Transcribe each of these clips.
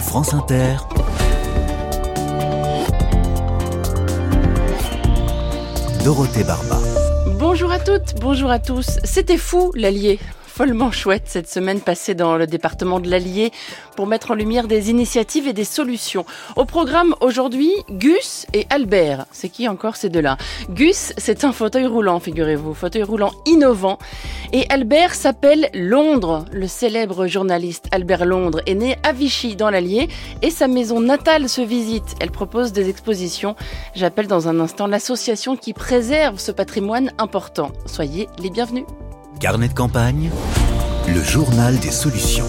France Inter, Dorothée Barba. Bonjour à toutes, bonjour à tous. C'était fou, l'Allier. Follement chouette cette semaine passée dans le département de l'Allier pour mettre en lumière des initiatives et des solutions. Au programme aujourd'hui, Gus et Albert. C'est qui encore ces deux-là? Gus, c'est un fauteuil roulant, figurez-vous, fauteuil roulant innovant. Et Albert s'appelle Londres. Le célèbre journaliste Albert Londres est né à Vichy dans l'Allier et sa maison natale se visite. Elle propose des expositions. J'appelle dans un instant l'association qui préserve ce patrimoine important. Soyez les bienvenus. Carnet de campagne, le journal des solutions.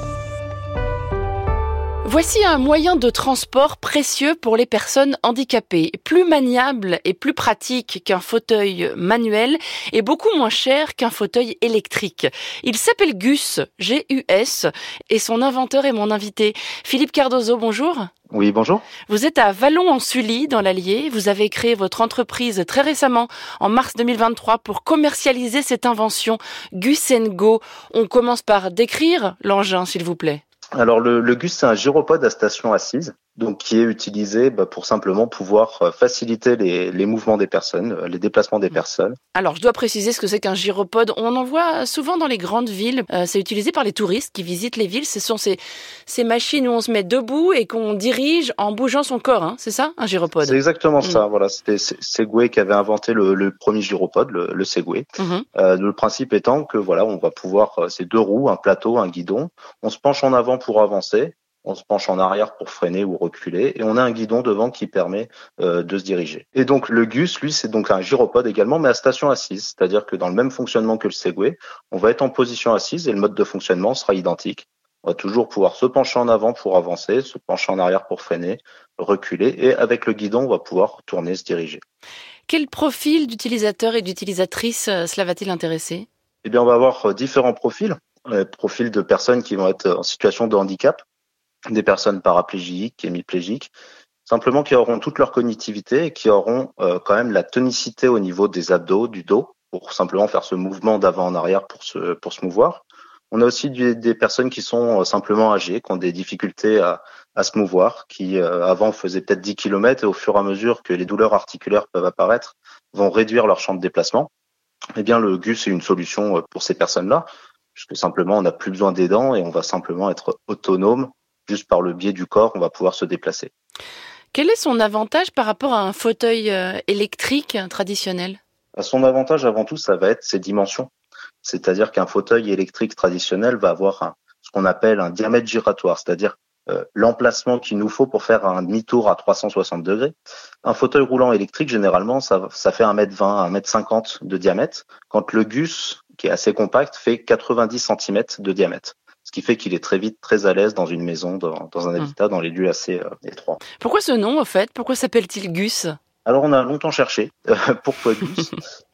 Voici un moyen de transport précieux pour les personnes handicapées, plus maniable et plus pratique qu'un fauteuil manuel et beaucoup moins cher qu'un fauteuil électrique. Il s'appelle Gus, G-U-S, et son inventeur est mon invité. Philippe Cardozo, bonjour. Oui, bonjour. Vous êtes à Vallon-en-Sully, dans l'Allier. Vous avez créé votre entreprise très récemment, en mars 2023, pour commercialiser cette invention Gus & Go. On commence par décrire l'engin, s'il vous plaît. Alors le Gus, c'est un gyropode à station assise, donc qui est utilisé pour simplement pouvoir faciliter les mouvements des personnes, les déplacements des personnes. Alors je dois préciser ce que c'est qu'un gyropode. On en voit souvent dans les grandes villes. C'est utilisé par les touristes qui visitent les villes. Ce sont ces machines où on se met debout et qu'on dirige en bougeant son corps. Hein. C'est ça, un gyropode? C'est exactement ça. Voilà, c'était Segway qui avait inventé le premier gyropode, le Segway. Le principe étant que voilà, on va pouvoir, c'est deux roues, un plateau, un guidon. On se penche en avant pour avancer. On se penche en arrière pour freiner ou reculer, et on a un guidon devant qui permet de se diriger. Et donc le Gus, lui, c'est donc un gyropode également, mais à station assise, c'est-à-dire que dans le même fonctionnement que le Segway, on va être en position assise et le mode de fonctionnement sera identique. On va toujours pouvoir se pencher en avant pour avancer, se pencher en arrière pour freiner, reculer, et avec le guidon, on va pouvoir tourner, se diriger. Quel profil d'utilisateur et d'utilisatrice cela va-t-il intéresser? Eh bien, on va avoir différents profils. Profils de personnes qui vont être en situation de handicap, des personnes paraplégiques, hémiplégiques, simplement qui auront toute leur cognitivité et qui auront quand même la tonicité au niveau des abdos, du dos, pour simplement faire ce mouvement d'avant en arrière pour se mouvoir. On a aussi des personnes qui sont simplement âgées, qui ont des difficultés à se mouvoir, qui avant faisaient peut-être 10 km et au fur et à mesure que les douleurs articulaires peuvent apparaître, vont réduire leur champ de déplacement. Eh bien, le Gus est une solution pour ces personnes-là, puisque simplement on n'a plus besoin des dents et on va simplement être autonome. Juste par le biais du corps, on va pouvoir se déplacer. Quel est son avantage par rapport à un fauteuil électrique traditionnel? Son avantage avant tout, ça va être ses dimensions. C'est-à-dire qu'un fauteuil électrique traditionnel va avoir ce qu'on appelle un diamètre giratoire, c'est-à-dire l'emplacement qu'il nous faut pour faire un demi-tour à 360 degrés. Un fauteuil roulant électrique, généralement, ça fait 1m20, 1m50 de diamètre, quand le Gus, qui est assez compact, fait 90 cm de diamètre. Ce qui fait qu'il est très vite très à l'aise dans une maison, dans un habitat, dans les lieux assez étroits. Pourquoi ce nom, en fait? Pourquoi s'appelle-t-il Gus? Alors, on a longtemps cherché pourquoi Gus.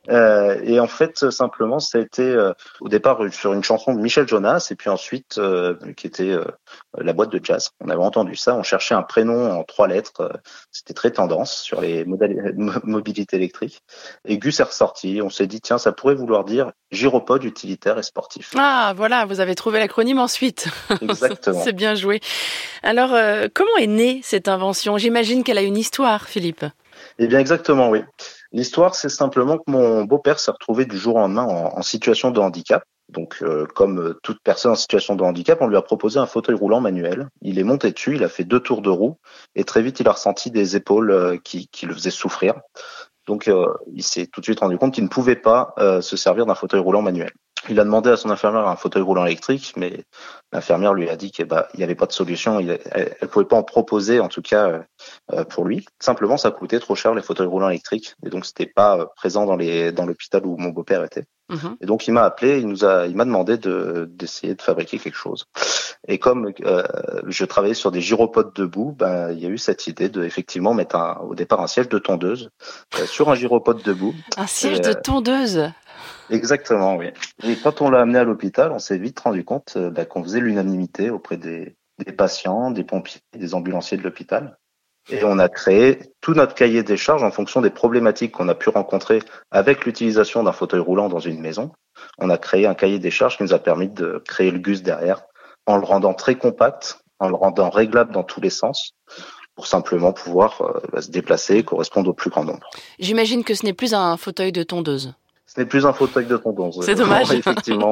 Et en fait, simplement, ça a été au départ sur une chanson de Michel Jonas, et puis ensuite, qui était la boîte de jazz. On avait entendu ça, on cherchait un prénom en 3 lettres. C'était très tendance sur les mobilités électriques. Et Gus est ressorti. On s'est dit, tiens, ça pourrait vouloir dire gyropode utilitaire et sportif. Ah, voilà, vous avez trouvé l'acronyme ensuite. Exactement. C'est bien joué. Alors, comment est née cette invention? J'imagine qu'elle a une histoire, Philippe. Eh bien, exactement, oui. L'histoire, c'est simplement que mon beau-père s'est retrouvé du jour au lendemain en situation de handicap. Donc, comme toute personne en situation de handicap, on lui a proposé un fauteuil roulant manuel. Il est monté dessus, il a fait 2 tours de roue, et très vite, il a ressenti des épaules qui le faisaient souffrir. Donc, il s'est tout de suite rendu compte qu'il ne pouvait pas se servir d'un fauteuil roulant manuel. Il a demandé à son infirmière un fauteuil roulant électrique, mais l'infirmière lui a dit qu'il n'y avait pas de solution. Elle pouvait pas en proposer, en tout cas pour lui. Simplement, ça coûtait trop cher les fauteuils roulants électriques, et donc c'était pas présent dans l'hôpital où mon beau-père était. Et donc il m'a appelé, il m'a demandé d'essayer de fabriquer quelque chose. Et comme je travaillais sur des gyropodes debout, il y a eu cette idée de effectivement mettre au départ un siège de tondeuse sur un gyropode debout. Un siège de tondeuse. Exactement, oui. Et quand on l'a amené à l'hôpital, on s'est vite rendu compte qu'on faisait l'unanimité auprès des patients, des pompiers, des ambulanciers de l'hôpital. Et on a créé tout notre cahier des charges en fonction des problématiques qu'on a pu rencontrer avec l'utilisation d'un fauteuil roulant dans une maison. On a créé un cahier des charges qui nous a permis de créer le Gus derrière, en le rendant très compact en le rendant réglable dans tous les sens, pour simplement pouvoir se déplacer et correspondre au plus grand nombre. J'imagine que ce n'est plus un fauteuil de tondeuse. Ce n'est plus un fauteuil de tondeuse. C'est dommage. Effectivement,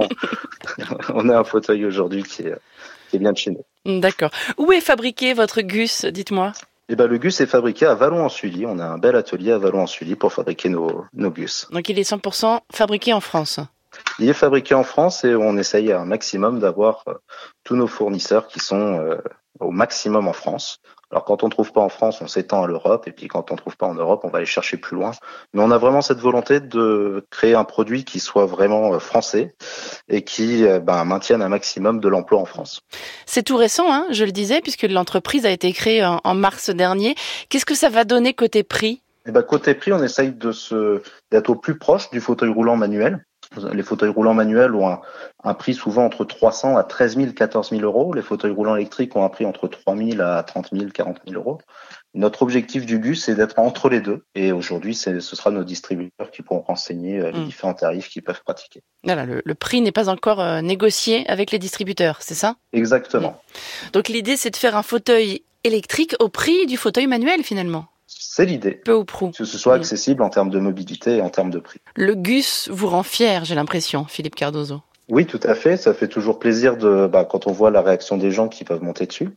on a un fauteuil aujourd'hui qui est bien de chez nous. D'accord. Où est fabriqué votre Gus, dites-moi? Le Gus est fabriqué à Vallon-en-Sully. On a un bel atelier à Vallon-en-Sully pour fabriquer nos Gus. Donc il est 100% fabriqué en France. Il est fabriqué en France et on essaye un maximum d'avoir tous nos fournisseurs qui sont au maximum en France. Alors quand on ne trouve pas en France, on s'étend à l'Europe, et puis quand on ne trouve pas en Europe, on va aller chercher plus loin. Mais on a vraiment cette volonté de créer un produit qui soit vraiment français et qui maintienne un maximum de l'emploi en France. C'est tout récent, hein, je le disais, puisque l'entreprise a été créée en mars dernier. Qu'est-ce que ça va donner côté prix? Côté prix, on essaye d'être au plus proche du fauteuil roulant manuel. Les fauteuils roulants manuels ont un prix souvent entre 300 à 13 000, 14 000 euros. Les fauteuils roulants électriques ont un prix entre 3 000 à 30 000, 40 000 euros. Notre objectif du Gus, c'est d'être entre les deux. Et aujourd'hui, ce sera nos distributeurs qui pourront renseigner les différents tarifs qu'ils peuvent pratiquer. Voilà, le prix n'est pas encore négocié avec les distributeurs, c'est ça? Exactement. Donc l'idée, c'est de faire un fauteuil électrique au prix du fauteuil manuel, finalement. C'est l'idée. Peu ou prou. Que ce soit accessible en termes de mobilité et en termes de prix. Le Gus vous rend fier, j'ai l'impression, Philippe Cardozo. Oui, tout à fait. Ça fait toujours plaisir quand on voit la réaction des gens qui peuvent monter dessus.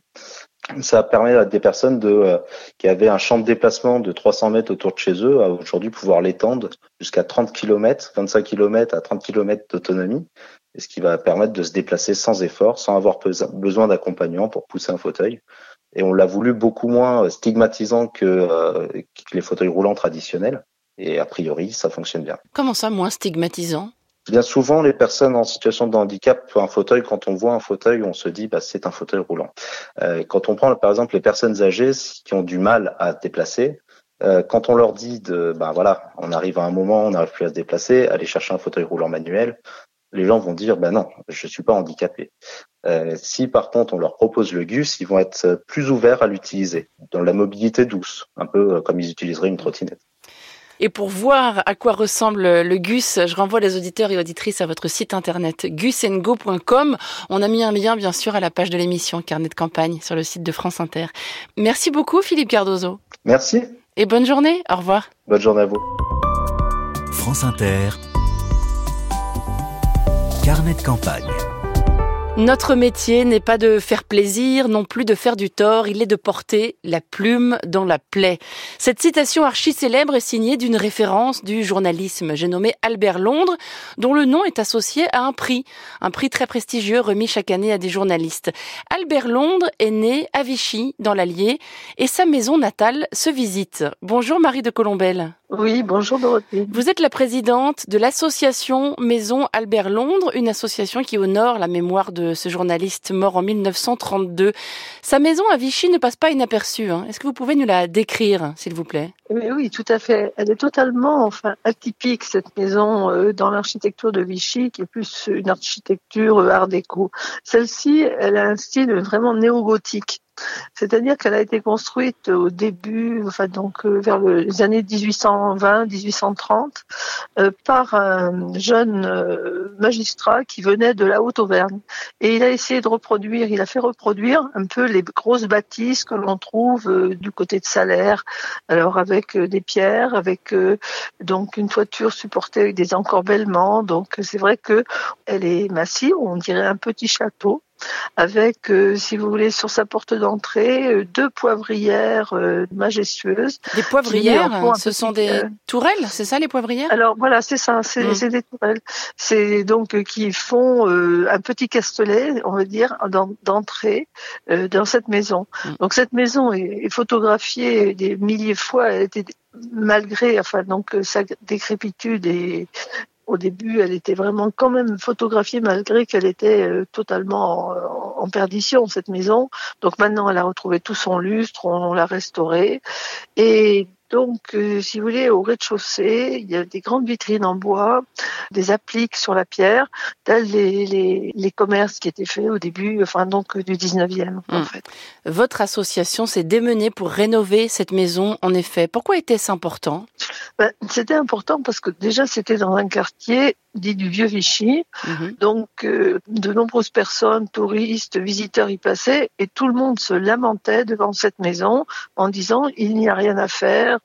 Ça permet à des personnes qui avaient un champ de déplacement de 300 mètres autour de chez eux à aujourd'hui pouvoir l'étendre jusqu'à 30 km, 25 km à 30 km d'autonomie. Et ce qui va permettre de se déplacer sans effort, sans avoir besoin d'accompagnant pour pousser un fauteuil. Et on l'a voulu beaucoup moins stigmatisant que les fauteuils roulants traditionnels. Et a priori, ça fonctionne bien. Comment ça, moins stigmatisant? Bien souvent, les personnes en situation de handicap, quand on voit un fauteuil, on se dit c'est un fauteuil roulant. Quand on prend par exemple les personnes âgées qui ont du mal à se déplacer, quand on leur dit on arrive à un moment, on n'arrive plus à se déplacer, aller chercher un fauteuil roulant manuel, les gens vont dire non, je suis pas handicapé. Si par contre on leur propose le Gus, ils vont être plus ouverts à l'utiliser, dans la mobilité douce, un peu comme ils utiliseraient une trottinette. Et pour voir à quoi ressemble le Gus, je renvoie les auditeurs et auditrices à votre site internet gusandgo.com. On a mis un lien bien sûr à la page de l'émission Carnet de campagne sur le site de France Inter. Merci beaucoup Philippe Cardozo. Merci. Et bonne journée, au revoir. Bonne journée à vous. France Inter. Carnet de campagne. Notre métier n'est pas de faire plaisir, non plus de faire du tort, il est de porter la plume dans la plaie. Cette citation archi-célèbre est signée d'une référence du journalisme. J'ai nommé Albert Londres, dont le nom est associé à un prix très prestigieux remis chaque année à des journalistes. Albert Londres est né à Vichy, dans l'Allier, et sa maison natale se visite. Bonjour Marie de Colombelle. Oui, bonjour Dorothée. Vous êtes la présidente de l'association Maison Albert Londres, une association qui honore la mémoire de ce journaliste mort en 1932. Sa maison à Vichy ne passe pas inaperçue. Est-ce que vous pouvez nous la décrire, s'il vous plaît? Mais oui, tout à fait. Elle est totalement atypique, cette maison, dans l'architecture de Vichy, qui est plus une architecture art déco. Celle-ci, elle a un style vraiment néo-gothique. C'est-à-dire qu'elle a été construite au début, vers les années 1820-1830, par un jeune magistrat qui venait de la Haute-Auvergne. Et il a essayé de il a fait reproduire un peu les grosses bâtisses que l'on trouve du côté de Salaire. Alors avec des pierres, avec donc une toiture supportée avec des encorbellements. Donc c'est vrai que elle est massive, on dirait un petit château, avec, si vous voulez, sur sa porte d'entrée, 2 poivrières majestueuses. Des poivrières, ce sont des tourelles, c'est ça les poivrières? Alors voilà, c'est ça, c'est des tourelles. C'est donc qui font un petit castelet, on va dire, d'entrée dans cette maison. Donc cette maison est photographiée des milliers de fois, elle était malgré sa décrépitude et au début, elle était vraiment quand même photographiée malgré qu'elle était totalement en perdition, cette maison. Donc maintenant, elle a retrouvé tout son lustre, on l'a restaurée. Et donc, si vous voulez, au rez-de-chaussée, il y a des grandes vitrines en bois, des appliques sur la pierre, tels les commerces qui étaient faits au début, du 19e, en fait. Votre association s'est démenée pour rénover cette maison, en effet. Pourquoi était-ce important? C'était important parce que déjà, c'était dans un quartier dit du Vieux Vichy. Donc, de nombreuses personnes, touristes, visiteurs y passaient et tout le monde se lamentait devant cette maison en disant il n'y a rien à faire.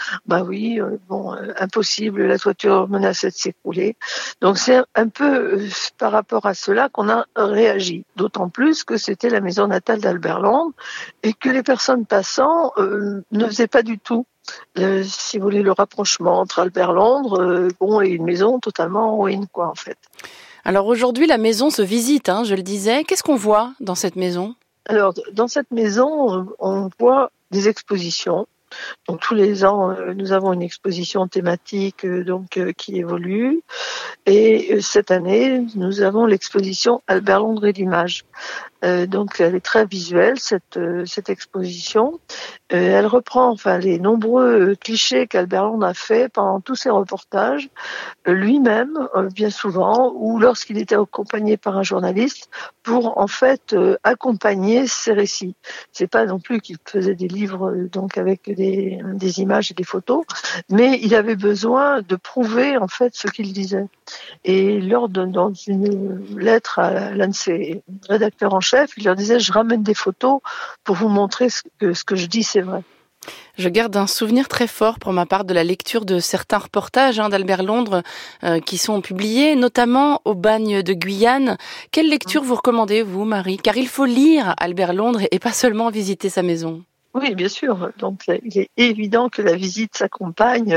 Impossible, la toiture menaçait de s'écrouler. Donc, c'est un peu par rapport à cela qu'on a réagi. D'autant plus que c'était la maison natale d'Albert Londres et que les personnes passant ne faisaient pas du tout, si vous voulez, le rapprochement entre Albert Londres et une maison totalement en ruine, quoi, en fait. Alors aujourd'hui, la maison se visite, je le disais. Qu'est-ce qu'on voit dans cette maison ? Alors, dans cette maison, on voit des expositions. Donc tous les ans, nous avons une exposition thématique qui évolue. Et cette année, nous avons l'exposition Albert Londres et l'image. Donc elle est très visuelle, cette exposition. Elle reprend les nombreux clichés qu'Albert Londres a fait pendant tous ses reportages, lui-même, bien souvent, ou lorsqu'il était accompagné par un journaliste, pour en fait accompagner ses récits. C'est pas non plus qu'il faisait des livres avec des images et des photos, mais il avait besoin de prouver en fait ce qu'il disait. Et dans une lettre à l'un de ses rédacteurs en chef, il leur disait « Je ramène des photos pour vous montrer ce que je dis, c'est vrai ». Je garde un souvenir très fort pour ma part de la lecture de certains reportages d'Albert Londres qui sont publiés, notamment au bagne de Guyane. Quelle lecture vous recommandez, vous, Marie ? Car il faut lire Albert Londres et pas seulement visiter sa maison. Oui, bien sûr. Donc, il est évident que la visite s'accompagne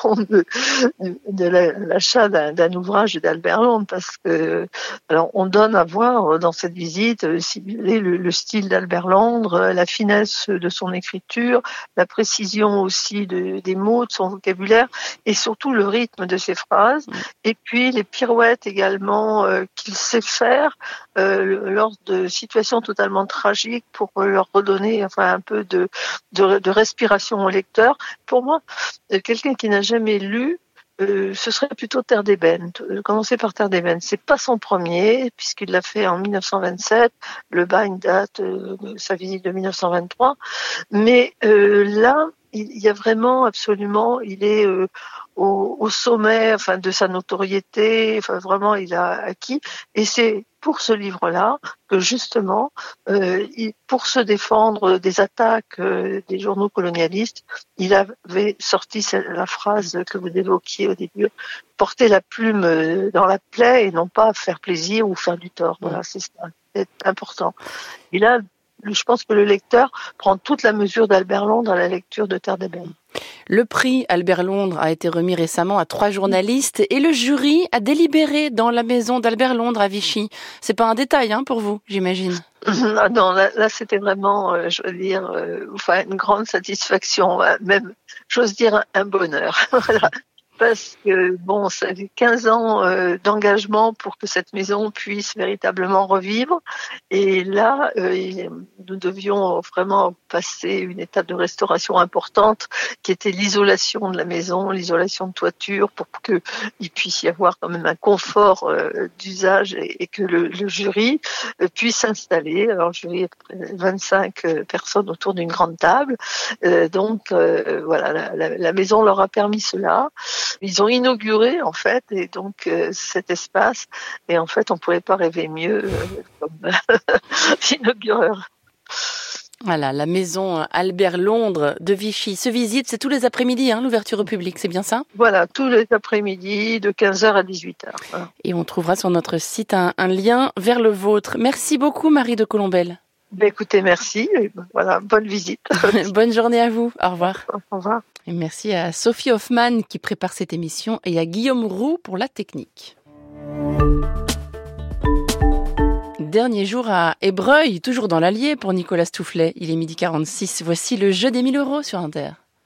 de l'achat d'un ouvrage d'Albert Londres, parce que, alors, on donne à voir dans cette visite, le style d'Albert Londres, la finesse de son écriture, la précision aussi des mots, de son vocabulaire, et surtout le rythme de ses phrases, et puis les pirouettes également qu'il sait faire lors de situations totalement tragiques pour leur redonner un peu de respiration au lecteur. Pour moi, quelqu'un qui n'a jamais lu, ce serait plutôt Terre d'ébène. Commencer par Terre d'ébène. C'est pas son premier, puisqu'il l'a fait en 1927. Le bagne date sa visite de 1923. Mais là, il y a vraiment absolument, il est au sommet, de sa notoriété. Vraiment, il a acquis. Et c'est pour ce livre-là que justement, pour se défendre des attaques des journaux colonialistes, il avait sorti la phrase que vous évoquiez au début, porter la plume dans la plaie et non pas faire plaisir ou faire du tort. Voilà, c'est ça, c'est important. Et là, je pense que le lecteur prend toute la mesure d'Albert Londres à la lecture de Terre d'ébène. Le prix Albert Londres a été remis récemment à 3 journalistes et le jury a délibéré dans la maison d'Albert Londres à Vichy. C'est pas un détail pour vous, j'imagine. Ah non, là c'était vraiment, une grande satisfaction, même, j'ose dire, un bonheur. Voilà. Parce que, ça fait 15 ans d'engagement pour que cette maison puisse véritablement revivre. Et là, nous devions vraiment passer une étape de restauration importante qui était l'isolation de la maison, l'isolation de toiture, pour qu'il puisse y avoir quand même un confort d'usage et que le jury puisse s'installer. Alors, le jury est 25 personnes autour d'une grande table. La maison leur a permis cela. Ils ont inauguré en fait cet espace et en fait on pouvait pas rêver mieux comme inaugureur. Voilà, la maison Albert Londres de Vichy se visite, c'est tous les après-midi l'ouverture au public, c'est bien ça ? Voilà, tous les après-midi de 15h à 18h. Voilà. Et on trouvera sur notre site un lien vers le vôtre. Merci beaucoup Marie de Colombelle. Écoutez, merci. Voilà, bonne visite. Bonne journée à vous. Au revoir. Au revoir. Et merci à Sophie Hoffman qui prépare cette émission et à Guillaume Roux pour la technique. Dernier jour à Ébreuil, toujours dans l'Allier pour Nicolas Stoufflet. Il est 12h46. Voici le jeu des 1000 € sur Inter.